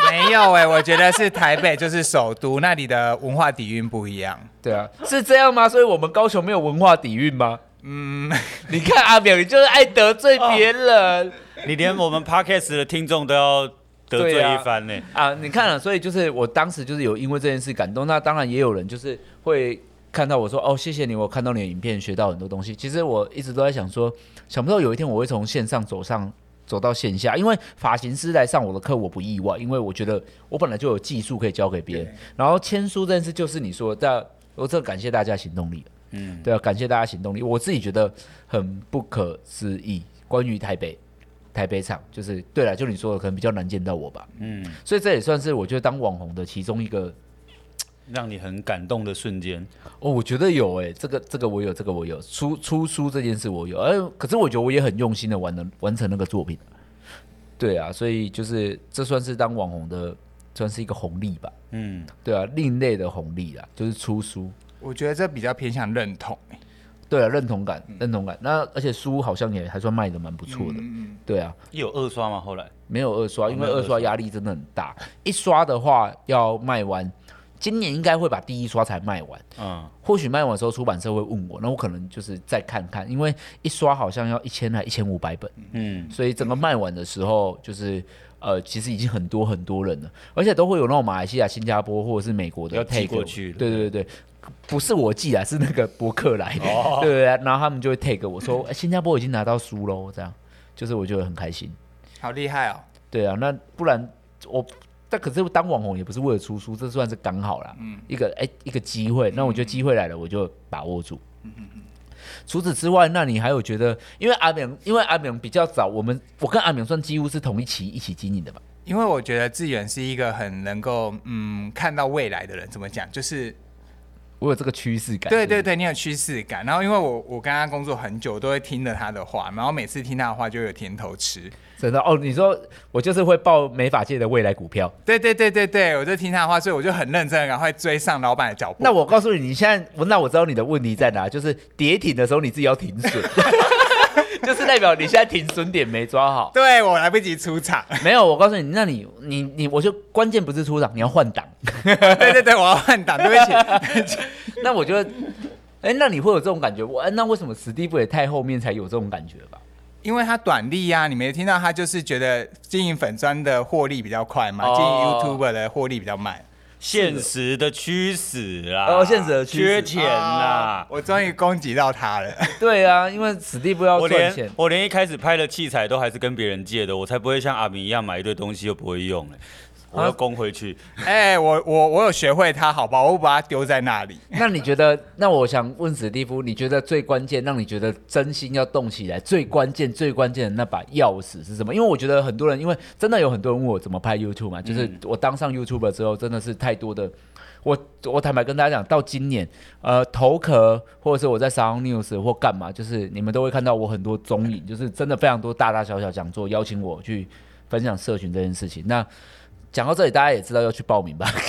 没有哎、欸，我觉得是台北就是首都，那里的文化底蕴不一样。 对啊，是这样吗？所以我们高雄没有文化底蕴吗？嗯，你看阿淼，你就是爱得罪别人，哦、 你连我们 podcast 的听众都要得罪一番呢、 啊。啊，你看了，所以就是我当时就是有因为这件事感动，那当然也有人就是会看到我说哦，谢谢你，我看到你的影片，学到很多东西。其实我一直都在想说，想不到有一天我会从线上走上走到线下，因为发型师来上我的课，我不意外，因为我觉得我本来就有技术可以教给别人。然后签书这件事就是你说的，我这感谢大家行动力。嗯，对啊，感谢大家行动力，我自己觉得很不可思议。关于台北台北场，就是对了，就你说的，可能比较难见到我吧。嗯，所以这也算是我觉得当网红的其中一个让你很感动的瞬间。 哦，我觉得有哎、欸，这个这个我有，这个我有出出书这件事我有，哎，可是我觉得我也很用心的完了完成那个作品。对啊，所以就是这算是当网红的，算是一个红利吧。嗯，对啊，另类的红利啦，就是出书。 我觉得这比较偏向认同、欸， 对啊，认同感，认同感。那而且书好像也还算卖的蛮不错的，嗯、对啊。 有二刷吗？后来没有二刷，因为二刷压力真的很大。一刷的话要卖完，今年应该会把第一刷才卖完。嗯，或许卖完的时候出版社会问我，那我可能就是再看看，因为一刷好像要一千还一千五百本，嗯，所以整个卖完的时候就是。呃，其实已经很多很多人了，而且都会有那种马来西亚、新加坡或者是美国的要寄过去。 对对对，不是我寄啊，是那个博客来。哦、对对对，然后他们就会 take 我说，欸、新加坡已经拿到书喽，这样，就是我觉得很开心。 好厉害哦！ 对啊，那不然我，但可是当网红也不是为了出书，这算是刚好啦，嗯、一个哎、欸、一个机会。那我觉得机会来了，我就把握住。嗯嗯嗯。除此之外，那你还有觉得，因为阿明，因为阿明比较早，我们我跟阿明算几乎是同一期一起经营的吧？ 因为我觉得志远是一个很能够嗯看到未来的人，怎么讲？就是我有这个趋势感。 对对对，你有趋势感。然后因为我我跟他工作很久，我都会听着他的话，然后每次听他的话就有甜头吃。 真的哦，你说我就是会报美发界的未来股票。 对对对对对，我就听他的话，所以我就很认真的赶快追上老板的脚步。 那我告诉你，你现在，那我知道你的问题在哪，就是跌停的时候你自己要停损，就是代表你现在停损点没抓好。 对，我来不及出场。 没有，我告诉你，那你你你，我就关键不是出场，你要换挡。 对对对，我要换挡，对不起。 那我觉得，哎、欸，那你会有这种感觉？我那为什么史蒂夫也太后面才有这种感觉吧？ 因为他短利啊，你没听到他就是觉得经营粉专的获利比较快嘛，经营、哦、YouTuber 的获利比较慢。 现实的驱使啦， 哦，现实的驱使， 缺钱啦、 哦，我终于攻击到他了。 对啊，因为史蒂夫要赚钱， 我连一开始拍的器材都还是跟别人借的，我才不会像阿明一样买一堆东西又不会用、欸我要攻回去。 哎、欸，我我我有学会它，好吧，我不把它丢在那里。 那你觉得？那我想问史蒂夫，你觉得最关键，让你觉得真心要动起来，最关键、最关键的那把钥匙是什么？因为我觉得很多人，因为真的有很多人问我怎么拍 YouTube 嘛，就是我当上 YouTuber 之后，真的是太多的。我我坦白跟大家讲，到今年，呃，头壳或者是我在 Sound News 或干嘛，就是你们都会看到我很多踪影，就是真的非常多大大小小讲座邀请我去分享社群这件事情。那讲到这里，大家也知道要去报名吧？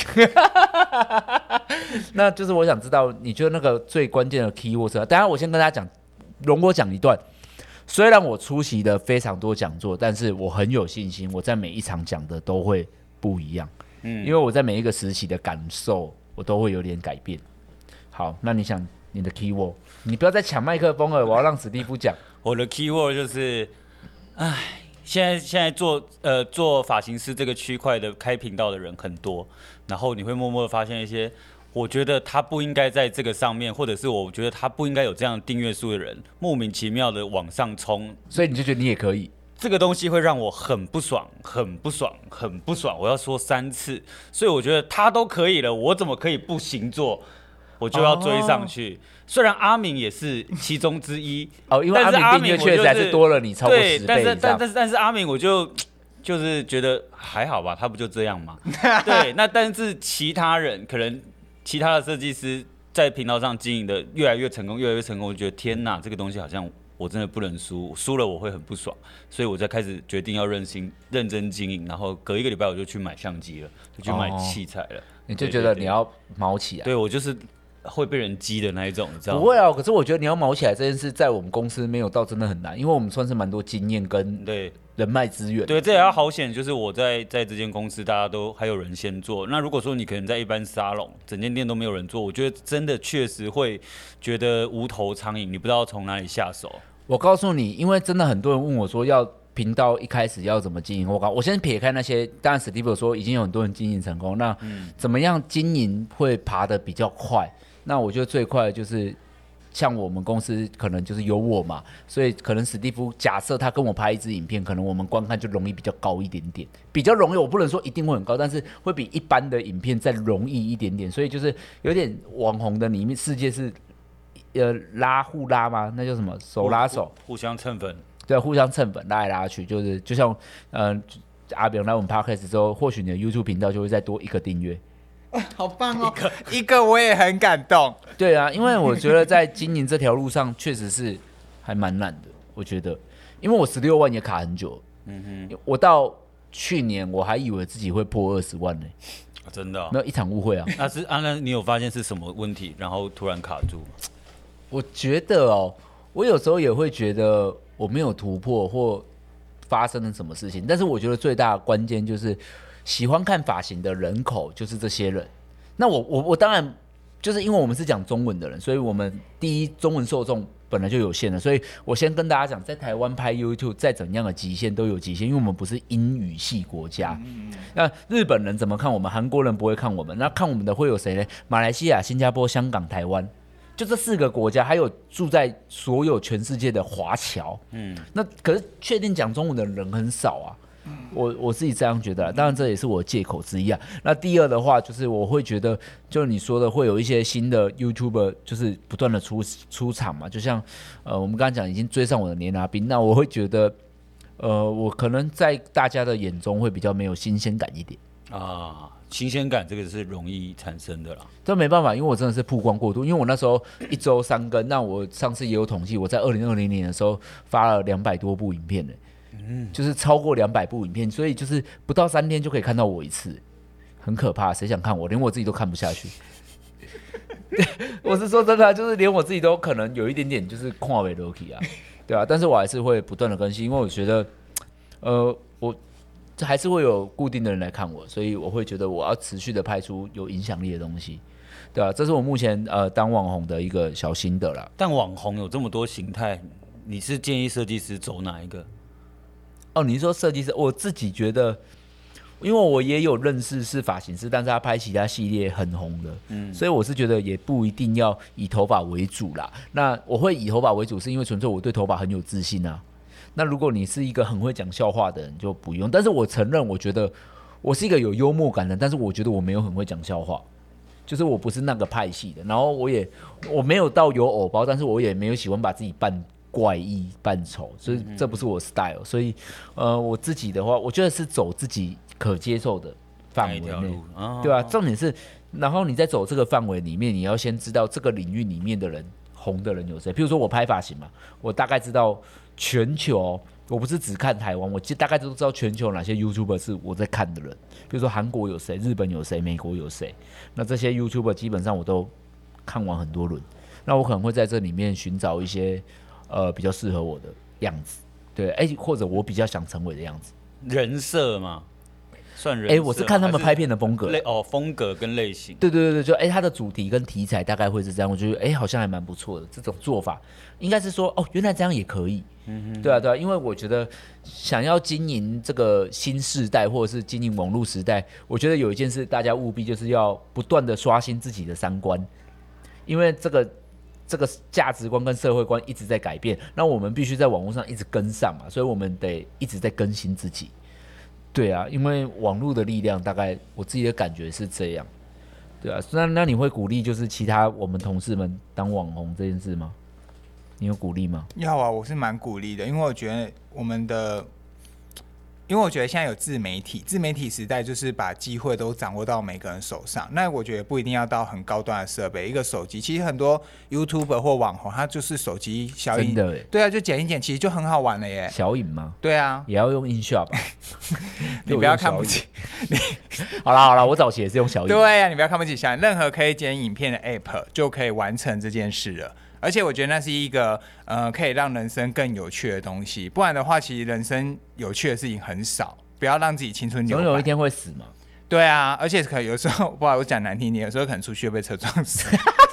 那就是我想知道，你觉得那个最关键的 keyword 是什么？当然，我先跟大家讲，容我讲一段。虽然我出席了非常多讲座，但是我很有信心，我在每一场讲的都会不一样。嗯，因为我在每一个时期的感受，我都会有点改变。好，那你想你的 keyword， 你不要再抢麦克风了，我要让史蒂夫讲。 我的 keyword 就是，唉。现在现在做呃做发型师这个区块的开频道的人很多，然后你会默默的发现一些，我觉得他不应该在这个上面，或者是我觉得他不应该有这样订阅数的人，莫名其妙的往上冲， 所以你就觉得你也可以。 这个东西会让我很不爽，很不爽，很不爽。我要说三次，所以我觉得他都可以了，我怎么可以不行做？我就要追上去。Oh. 虽然阿明也是其中之一哦，因为阿明订阅确实还是多了你超过十倍以上。 对，但是但但是但是阿明我就就是觉得还好吧，他不就这样吗？对，那但是其他人可能其他的设计师在频道上经营的越来越成功，越来越成功，我就觉得天哪，这个东西好像我真的不能输，输了我会很不爽，所以我才开始决定要认心认真经营，然后隔一个礼拜我就去买相机了，就去买器材了。哦、 你就觉得你要毛起来？ 对，我就是会被人激的那一种，你知道吗？ 不会啊，可是我觉得你要毛起来这件事，在我们公司没有到真的很难，因为我们算是蛮多经验跟对人脉资源。 对，这也要好险，就是我在在这间公司，大家都还有人先做。那如果说你可能在一般沙龙，整间店都没有人做，我觉得真的确实会觉得无头苍蝇，你不知道从哪里下手。 我告诉你，因为真的很多人问我说要频道一开始要怎么经营，我我先撇开那些，当然 Steve 说已经有很多人经营成功，那怎么样经营会爬得比较快？那我觉得最快的就是像我们公司可能就是有我嘛，所以可能史蒂夫假设他跟我拍一支影片，可能我们观看就容易比较高一点点，比较容易，我不能说一定会很高，但是会比一般的影片再容易一点点，所以就是有点网红的里面世界是呃拉互拉吗？那叫什么？手拉手， 互相蹭粉。 对，互相蹭粉，拉来拉去，就是就像嗯、呃、阿炳来我们 podcast 之后，或许你的 YouTube 频道就会再多一个订阅。 好棒哦！一个一个我也很感动。 对啊，因为我觉得在经营这条路上确实是还蛮难的，我觉得，因为我十六万也卡很久，嗯哼，我到去年我还以为自己会破二十万呢、 啊，真的、哦？ 没有一场误会啊。 那是啊，那你有发现是什么问题，然后突然卡住？ 我觉得哦，我有时候也会觉得我没有突破或发生了什么事情，但是我觉得最大的关键就是喜欢看发型的人口就是这些人。那我我我当然就是因为我们是讲中文的人，所以我们第一中文受众本来就有限了，所以我先跟大家讲，在台湾拍 YouTube 再怎样的极限都有极限，因为我们不是英语系国家。那日本人怎么看我们？韩国人不会看我们，那看我们的会有谁呢？马来西亚、新加坡、香港、台湾。就这四个国家，还有住在所有全世界的华侨，嗯，那可是确定讲中文的人很少啊，我我自己这样觉得啦，当然这也是我借口之一啊。那第二的话，就是我会觉得，就你说的，会有一些新的 YouTuber， 就是不断的出出场嘛，就像呃我们刚刚讲已经追上我的年拿兵，那我会觉得，呃，我可能在大家的眼中会比较没有新鲜感一点啊。新鲜感这个是容易产生的啦， 这没办法，因为我真的是曝光过度。因为我那时候一周三更，那我上次也有统计，我在二零二零年的时候发了两百多部影片呢，嗯，就是超过两百部影片，所以就是不到三天就可以看到我一次，很可怕。谁想看我？连我自己都看不下去。我是说真的、啊，就是连我自己都可能有一点点就是看不下去啊，对啊，但是我还是会不断的更新，因为我觉得，呃，我。还是会有固定的人来看我，所以我会觉得我要持续的拍出有影响力的东西，对啊，这是我目前呃当网红的一个小心得啦。 但网红有这么多形态，你是建议设计师走哪一个？ 哦，你是说设计师？我自己觉得，因为我也有认识是发型师，但是他拍其他系列很红的，嗯，所以我是觉得也不一定要以头发为主啦。那我会以头发为主，是因为纯粹我对头发很有自信啊。那如果你是一个很会讲笑话的人，就不用。但是我承认，我觉得我是一个有幽默感的，但是我觉得我没有很会讲笑话，就是我不是那个派系的。然后我也我没有到有偶包，但是我也没有喜欢把自己扮怪异、扮丑，所以这不是我 style。所以呃，我自己的话，我觉得是走自己可接受的范围内，哦、对吧、啊？重点是，然后你在走这个范围里面，你要先知道这个领域里面的人红的人有谁。譬如说我拍发型嘛，我大概知道。全球，我不是只看台湾，我大概都知道全球哪些 YouTuber 是我在看的人。比如说韩国有谁，日本有谁，美国有谁。那这些 YouTuber 基本上我都看完很多轮。那我可能会在这里面寻找一些呃比较适合我的样子，对，哎、欸，或者我比较想成为的样子。 人设嘛，算人设。 哎、欸，我是看他们拍片的风格， 类哦，风格跟类型。 对对对对，就哎、欸，他的主题跟题材大概会是这样，我觉得哎、欸，好像还蛮不错的。这种做法应该是说，哦，原来这样也可以。嗯、对啊，对啊，因为我觉得想要经营这个新世代，或者是经营网络时代，我觉得有一件事大家务必就是要不断的刷新自己的三观，因为这个这个价值观跟社会观一直在改变，那我们必须在网络上一直跟上嘛，所以我们得一直在更新自己。对啊，因为网络的力量，大概我自己的感觉是这样。对啊，那那你会鼓励就是其他我们同事们当网红这件事吗？你有鼓励吗？ 要啊，我是蛮鼓励的，因为我觉得我们的，因为我觉得现在有自媒体，自媒体时代就是把机会都掌握到每个人手上。那我觉得不一定要到很高端的设备，一个手机，其实很多 YouTuber 或网红，他就是手机小影， 真的耶， 对啊，就剪一剪，其实就很好玩了耶。 小影吗？ 对啊， 也要用 InShot 吧？ 你不要看不起。 好啦好啦，我早期也是用小影。 对啊，你不要看不起小影，任何可以剪影片的 App 就可以完成这件事了。 而且我觉得那是一个呃可以让人生更有趣的东西，不然的话，其实人生有趣的事情很少。不要让自己青春留白， 总有一天会死嘛。 对啊，而且可能有时候，不好意思，我讲难听点，有时候可能出去会被车撞死。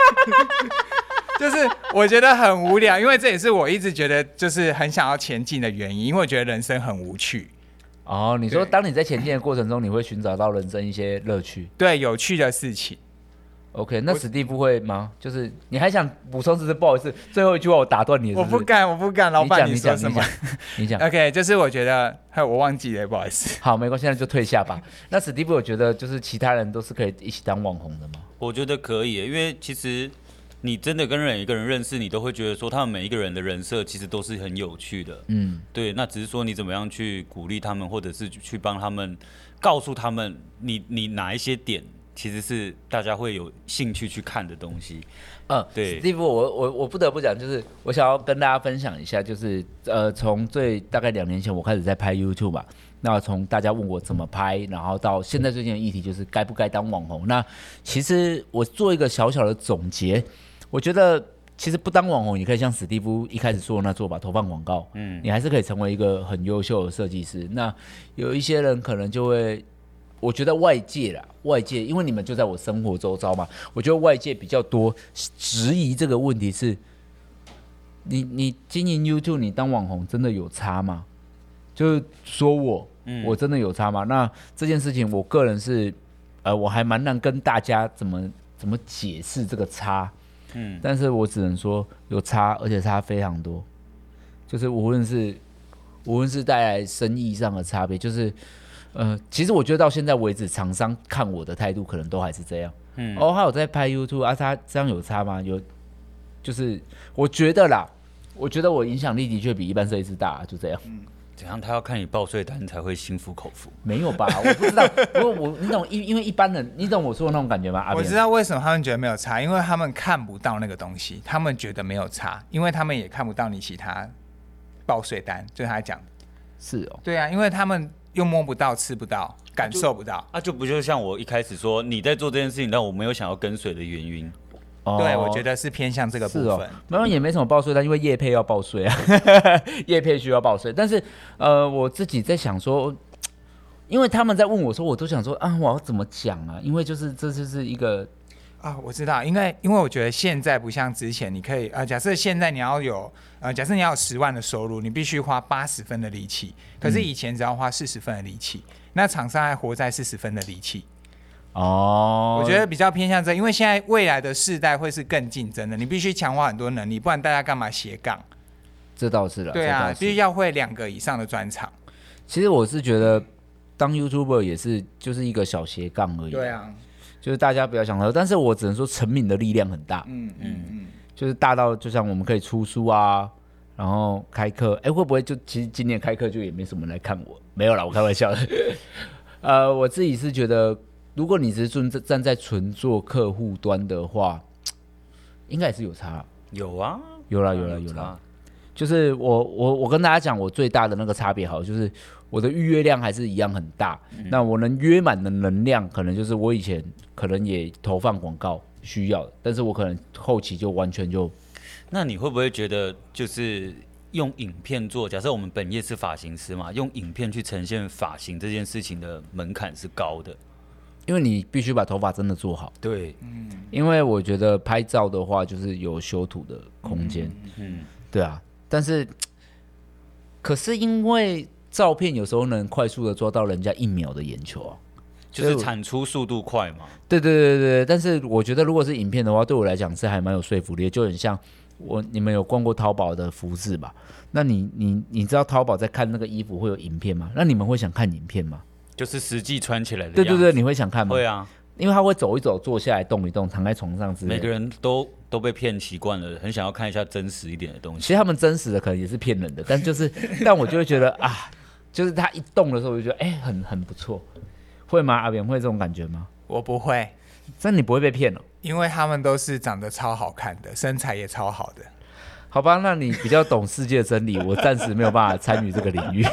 就是我觉得很无聊，因为这也是我一直觉得就是很想要前进的原因，因为我觉得人生很无趣。 哦，你说当你在前进的过程中，你会寻找到人生一些乐趣， 对，有趣的事情。 OK， 那史蒂夫会吗？就是你还想补充，只是不好意思，最后一句话我打断你是不是， 我不敢，我不敢，老板你说什么？ 你讲。 OK， 就是我觉得，我忘记了，不好意思。 好，没关系，现在就退下吧。那史蒂夫，我觉得就是其他人都是可以一起当网红的吗？ 我觉得可以，因为其实你真的跟每一个人认识，你都会觉得说，他们每一个人的人设其实都是很有趣的。嗯，对。那只是说你怎么样去鼓励他们，或者是去帮他们，告诉他们你你哪一些点。其实是大家会有兴趣去看的东西， 嗯，对。Steve， 我我我不得不讲，就是我想要跟大家分享一下，就是呃，从最大概两年前我开始在拍 YouTube 吧，那从大家问我怎么拍，然后到现在最近的议题就是该不该当网红。那其实我做一个小小的总结，我觉得其实不当网红，你可以像史蒂夫一开始说的那做吧，投放广告，嗯，你还是可以成为一个很优秀的设计师。那有一些人可能就会。我觉得外界啦，外界，因为你们就在我生活周遭嘛，我觉得外界比较多质疑这个问题是，你你经营 YouTube， 你当网红真的有差吗？就是说我，嗯、我真的有差吗？那这件事情，我个人是，呃，我还蛮难跟大家怎么怎么解释这个差，嗯，但是我只能说有差，而且差非常多，就是无论是无论是带来生意上的差别，就是。呃，其实我觉得到现在为止，厂商看我的态度可能都还是这样。嗯，哦，他有在拍 YouTube 啊，他这样有差吗？有，就是我觉得啦，我觉得我影响力的确比一般设计师大、啊，就这样。嗯， 怎样？他要看你报税单才会心服口服？ 没有吧？我不知道。不过我你懂，因因为一般人，你懂我说的那种感觉吗？ 我知道为什么他们觉得没有差，因为他们看不到那个东西，他们觉得没有差，因为他们也看不到你其他报税单，就是他讲的。 是哦。 对啊，因为他们。又摸不到、吃不到、感受不到， 啊，就不就像我一开始说你在做这件事情，但我没有想要跟随的原因。 哦、对，我觉得是偏向这个部分。哦、 没有也没什么报税单，因为业配要报税啊，业配需要报税。但是呃，我自己在想说，因为他们在问我说，我都想说啊，我要怎么讲啊？因为就是这就是一个。 啊，我知道，因为因为我觉得现在不像之前，你可以呃，假设现在你要有呃，假设你要有十万的收入，你必须花八十分的力气，可是以前只要花四十分的力气，嗯、那厂商还活在四十分的力气。哦，我觉得比较偏向这，因为现在未来的世代会是更竞争的，你必须强化很多能力，不然大家干嘛斜杠？ 这倒是了， 对啊，必须要会两个以上的专长。 其实我是觉得当 YouTuber 也是就是一个小斜杠而已。 对啊。 就是大家不要想到，但是我只能说成名的力量很大，嗯嗯嗯，就是大到就像我们可以出书啊，然后开课，哎，会不会就其实今年开课就也没什么人来看我？没有啦，我开玩笑的。呃，我自己是觉得，如果你只是站在纯做客户端的话，应该也是有差。 有啊， 有啦有啦有啦。就是我我我跟大家讲，我最大的那个差别好，就是我的预约量还是一样很大。嗯、那我能约满的能量，可能就是我以前可能也投放广告需要的，但是我可能后期就完全就。 那你会不会觉得，就是用影片做？假设我们本业是发型师嘛，用影片去呈现发型这件事情的门槛是高的， 因为你必须把头发真的做好。 对， 嗯，因为我觉得拍照的话，就是有修图的空间。嗯，嗯对啊。但是，可是因为照片有时候能快速的抓到人家一秒的眼球啊， 就是产出速度快嘛。 对对对对，但是我觉得如果是影片的话，对我来讲是还蛮有说服力的，就很像我你们有逛过淘宝的服饰吧？那你你你知道淘宝在看那个衣服会有影片吗？那你们会想看影片吗？ 就是实际穿起来的样子。 对对对，你会想看吗？ 会啊。 因为他会走一走，坐下来动一动，躺在床上之类的。 每个人都都被骗习惯了，很想要看一下真实一点的东西。 其实他们真实的可能也是骗人的，但就是但我就会觉得啊，就是他一动的时候，我就觉得哎、欸，很很不错。会吗？阿扁会这种感觉吗？ 我不会， 但你不会被骗哦， 因为他们都是长得超好看的，身材也超好的。 好吧，那你比较懂世界真理，我暂时没有办法参与这个领域。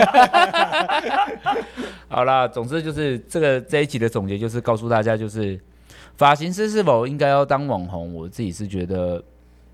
好啦，总之就是这个这一集的总结就是告诉大家，就是发型师是否应该要当网红，我自己是觉得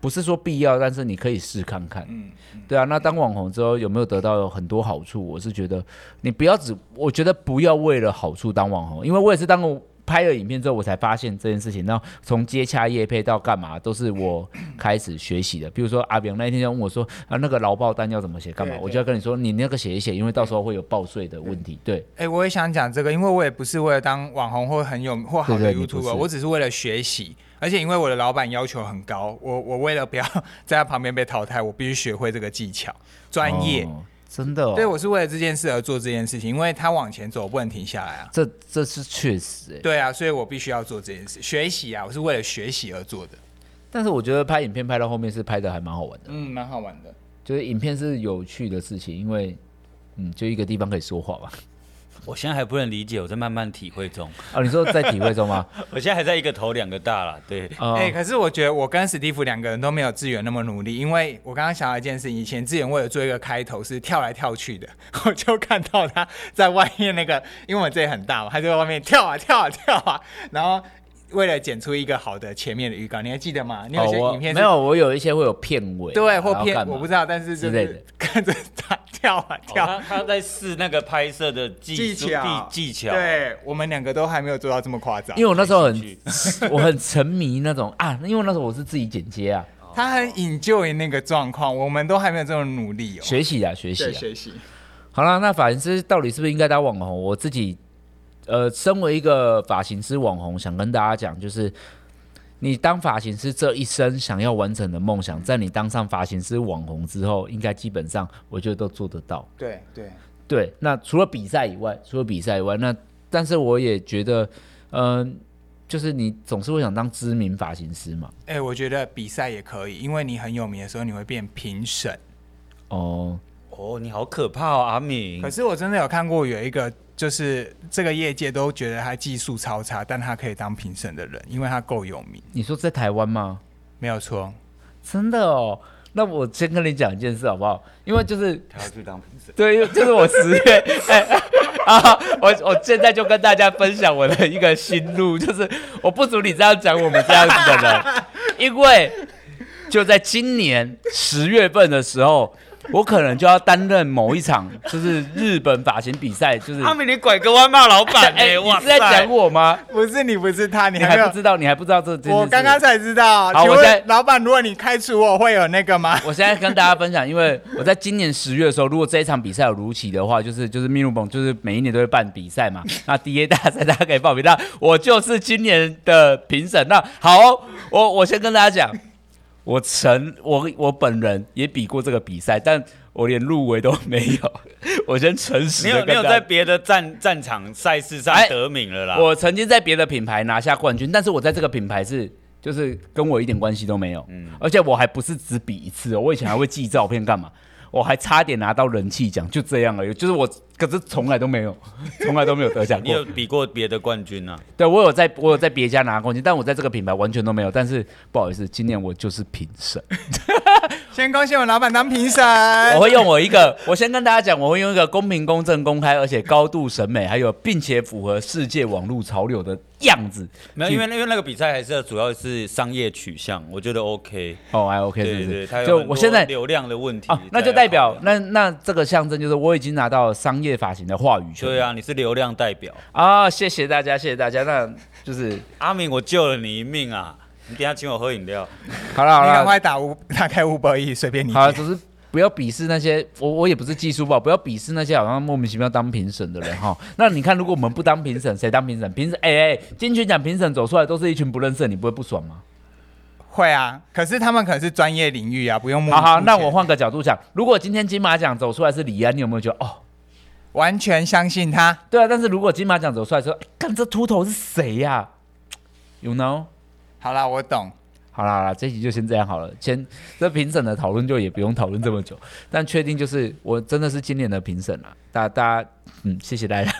不是说必要，但是你可以试看看。 嗯， 对啊，那当网红之后有没有得到很多好处？我是觉得你不要只，我觉得不要为了好处当网红，因为我也是当过。拍了影片之后，我才发现这件事情。然后从接洽业配到干嘛，都是我开始学习的。比如说阿炳那一天就问我说：“啊，那个劳报单要怎么写？干嘛？”我就要跟你说，你那个写一写，因为到时候会有报税的问题。对， 哎、欸，我也想讲这个，因为我也不是为了当网红或很有或好的 YouTuber， 我只是为了学习。而且因为我的老板要求很高，我我为了不要在他旁边被淘汰，我必须学会这个技巧、专业。哦真的、哦， 对，我是为了这件事而做这件事情，因为他往前走，我不能停下来啊。 这这是确实、欸， 对啊，所以我必须要做这件事，学习啊，我是为了学习而做的。 但是我觉得拍影片拍到后面是拍的还蛮好玩的， 嗯，蛮好玩的。 就是影片是有趣的事情，因为嗯，就一个地方可以说话吧。 我现在还不能理解，我在慢慢体会中。 哦，你说在体会中吗？ 我现在还在一个头两个大啦，对。 哎、哦欸，可是我觉得我跟史蒂夫两个人都没有志远那么努力，因为我刚刚想到一件事，以前志远为了做一个开头是跳来跳去的，我就看到他在外面那个，因为我这里很大嘛，他就在外面跳啊跳啊跳啊，然后为了剪出一个好的前面的预告，你还记得吗？你有些影片、 哦、没有，我有一些会有片尾， 对，或片我不知道，但是就是看着他跳啊跳， 哦、他, 他在试那个拍摄的技巧技巧。 对，我们两个都还没有做到这么夸张。 因为我那时候很我很沉迷那种啊，因为那时候我是自己剪接啊。 他很enjoy那个状况，我们都还没有这么努力哦。 学习啊，学习啊， 学习。 好了，那发型师到底是不是应该当网红？我自己呃，身为一个发型师网红，想跟大家讲，就是你当发型师这一生想要完成的梦想，在你当上发型师网红之后，应该基本上我觉得都做得到。 对对对，那除了比赛以外，除了比赛以外，那但是我也觉得，嗯、呃，就是你总是会想当知名发型师嘛。 哎、欸，我觉得比赛也可以，因为你很有名的时候，你会变评审。 哦哦，你好可怕哦，阿敏。 可是我真的有看过有一个，就是这个业界都觉得他技术超差，但他可以当评审的人，因为他够有名。 你说在台湾吗？ 没有错， 真的哦。那我先跟你讲一件事好不好？因为就是他要去当评审， 对，就是我十月哎啊，我我现在就跟大家分享我的一个心路，就是我不准你这样讲我们这样子的人，因为就在今年十月份的时候。我可能就要担任某一场，就是日本发型比赛，就是阿敏，你拐个弯骂老板哎、欸， 哇！你是在讲我吗？ 不是你，不是他，你还, 你还不知道，你还不知道这件事。 我刚刚才知道。 好，我现在老板，如果你开除我，会有那个吗？ 我现在跟大家分享，因为我在今年十月的时候，如果这一场比赛有如期的话，就是就是密鲁本就是每一年都会办比赛嘛，那 D A 大赛大家可以报名，那我就是今年的评审。那好、哦，我我先跟大家讲，我曾我我本人也比过这个比赛，但我连入围都没有，我先诚实的跟大家。 你有你有在别的战战场赛事上得名了啦、 哎。我曾经在别的品牌拿下冠军，但是我在这个品牌是就是跟我一点关系都没有，嗯，而且我还不是只比一次哦，我以前还会寄照片干嘛？我还差点拿到人气奖，就这样而已。就是我，可是从来都没有，从来都没有得奖过。 你有比过别的冠军啊？ 对，我有在，我有在别家拿冠军，但我在这个品牌完全都没有。但是不好意思，今年我就是评审。 先恭喜我老板当评审。 我会用我一个，我先跟大家讲，我会用一个公平、公正、公开，而且高度审美，还有并且符合世界网络潮流的样子。 没有，因为因为那个比赛还是主要是商业取向，我觉得 OK。 哦，还 OK， 是不是？ 对对，它就我现在流量的问题啊，那就代表那那这个象征就是我已经拿到商业发型的话语权。 对啊，你是流量代表啊！谢谢大家，谢谢大家。那就是阿明，我救了你一命啊！你等一下请我喝饮料。 好了好了， 你赶快打五打开五百亿，随便你。 好，只是不要鄙视那些我我也不是技术不好，不要鄙视那些好像莫名其妙当评审的人哈。那你看，如果我们不当评审，谁当评审？评审哎哎，金曲奖评审走出来都是一群不认识的，你不会不爽吗？ 会啊，可是他们可能是专业领域啊，不用摸。 好好，那我换个角度讲，如果今天金马奖走出来是李安，你有没有觉得哦？ 完全相信他。 对啊，但是如果金马奖走出来说，看这秃头是谁呀、啊、？You know？ 好啦，我懂。 好啦好啦，这一集就先这样好了。先这评审的讨论就也不用讨论这么久，但确定就是我真的是今年的评审啦。大家大家嗯，谢谢大家。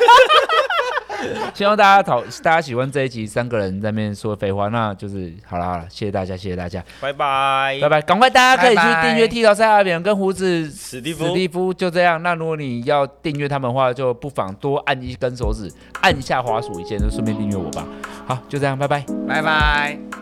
希望大家讨大家喜欢这一集三个人在那边说废话，那就是好了好了，谢谢大家，谢谢大家， 拜拜拜拜，赶快大家可以去订阅剃头赛阿扁跟胡子史蒂夫， 史蒂夫就这样。那如果你要订阅他们的话，就不妨多按一根手指，按一下滑鼠一键，就顺便订阅我吧。好，就这样，拜拜， 拜拜。